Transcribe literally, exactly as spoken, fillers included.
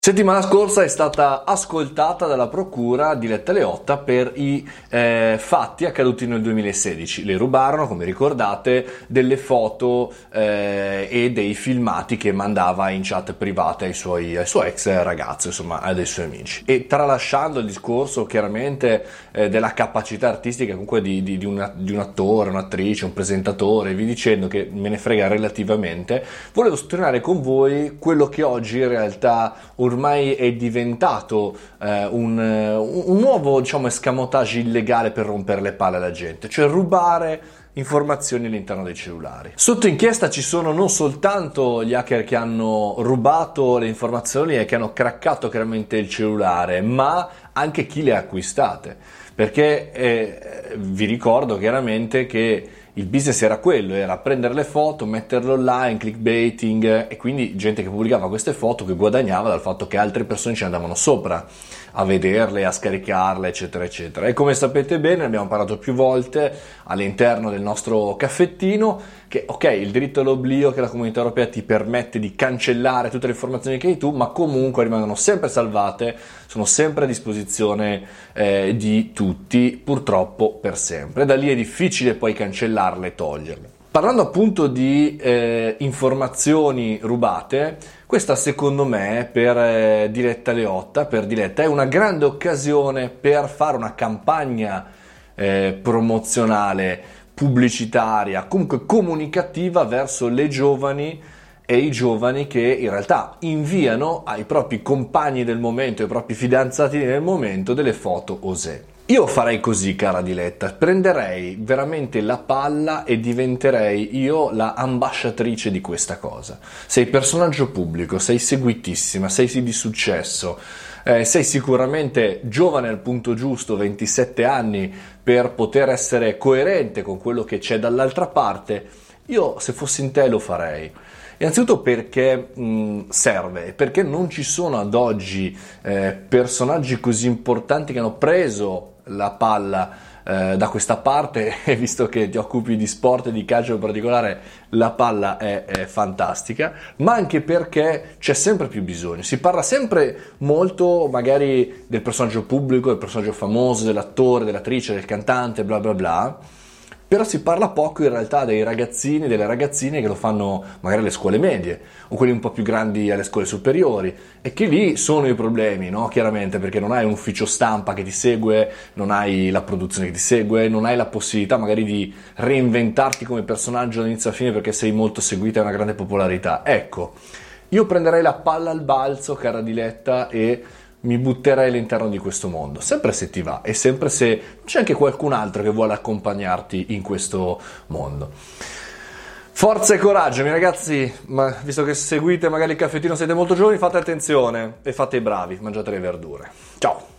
Settimana scorsa è stata ascoltata dalla procura Diletta Leotta per i eh, fatti accaduti nel duemilasedici. Le rubarono, come ricordate, delle foto eh, e dei filmati che mandava in chat private ai suoi, ai suoi ex ragazzi, insomma, ai suoi amici. E tralasciando il discorso chiaramente eh, della capacità artistica comunque di, di, di, una, di un attore, un'attrice, un presentatore, vi dicendo che me ne frega relativamente, volevo sottolineare con voi quello che oggi in realtà ormai è diventato eh, un, un nuovo, diciamo, escamotage illegale per rompere le palle alla gente, cioè rubare informazioni all'interno dei cellulari. Sotto inchiesta ci sono non soltanto gli hacker che hanno rubato le informazioni e che hanno craccato chiaramente il cellulare, ma anche chi le ha acquistate, perché eh, vi ricordo chiaramente che il business era quello, era prendere le foto, metterle online, clickbaiting, e quindi gente che pubblicava queste foto che guadagnava dal fatto che altre persone ci andavano sopra a vederle, a scaricarle, eccetera eccetera. E come sapete bene, ne abbiamo parlato più volte all'interno del nostro caffettino, che ok, il diritto all'oblio che la Comunità Europea ti permette di cancellare tutte le informazioni che hai tu, ma comunque rimangono sempre salvate, sono sempre a disposizione eh, di tutti, purtroppo per sempre. Da lì è difficile poi cancellarle e toglierle. Parlando appunto di eh, informazioni rubate, questa secondo me per eh, Diletta Leotta, per Diletta, è una grande occasione per fare una campagna eh, promozionale, pubblicitaria, comunque comunicativa verso le giovani e i giovani che in realtà inviano ai propri compagni del momento, ai propri fidanzati del momento, delle foto osè. Io farei così, cara Diletta, prenderei veramente la palla e diventerei io la ambasciatrice di questa cosa. Sei personaggio pubblico, sei seguitissima, sei di successo, eh, sei sicuramente giovane al punto giusto, ventisette anni, per poter essere coerente con quello che c'è dall'altra parte. Io, se fossi in te, lo farei. Innanzitutto perché mh, serve, perché non ci sono ad oggi eh, personaggi così importanti che hanno preso la palla eh, da questa parte, e visto che ti occupi di sport e di calcio in particolare, la palla è, è fantastica, ma anche perché c'è sempre più bisogno. Si parla sempre molto magari del personaggio pubblico, del personaggio famoso, dell'attore, dell'attrice, del cantante, bla bla bla, però si parla poco in realtà dei ragazzini e delle ragazzine che lo fanno magari alle scuole medie o quelli un po' più grandi alle scuole superiori, e che lì sono i problemi, no? Chiaramente, perché non hai un ufficio stampa che ti segue, non hai la produzione che ti segue, non hai la possibilità magari di reinventarti come personaggio dall'inizio alla fine perché sei molto seguita e hai una grande popolarità. Ecco, io prenderei la palla al balzo, cara Diletta, e mi butterei all'interno di questo mondo, sempre se ti va e sempre se c'è anche qualcun altro che vuole accompagnarti in questo mondo. Forza e coraggio, miei ragazzi, ma visto che seguite magari il caffettino, siete molto giovani, fate attenzione e fate i bravi, mangiate le verdure. Ciao!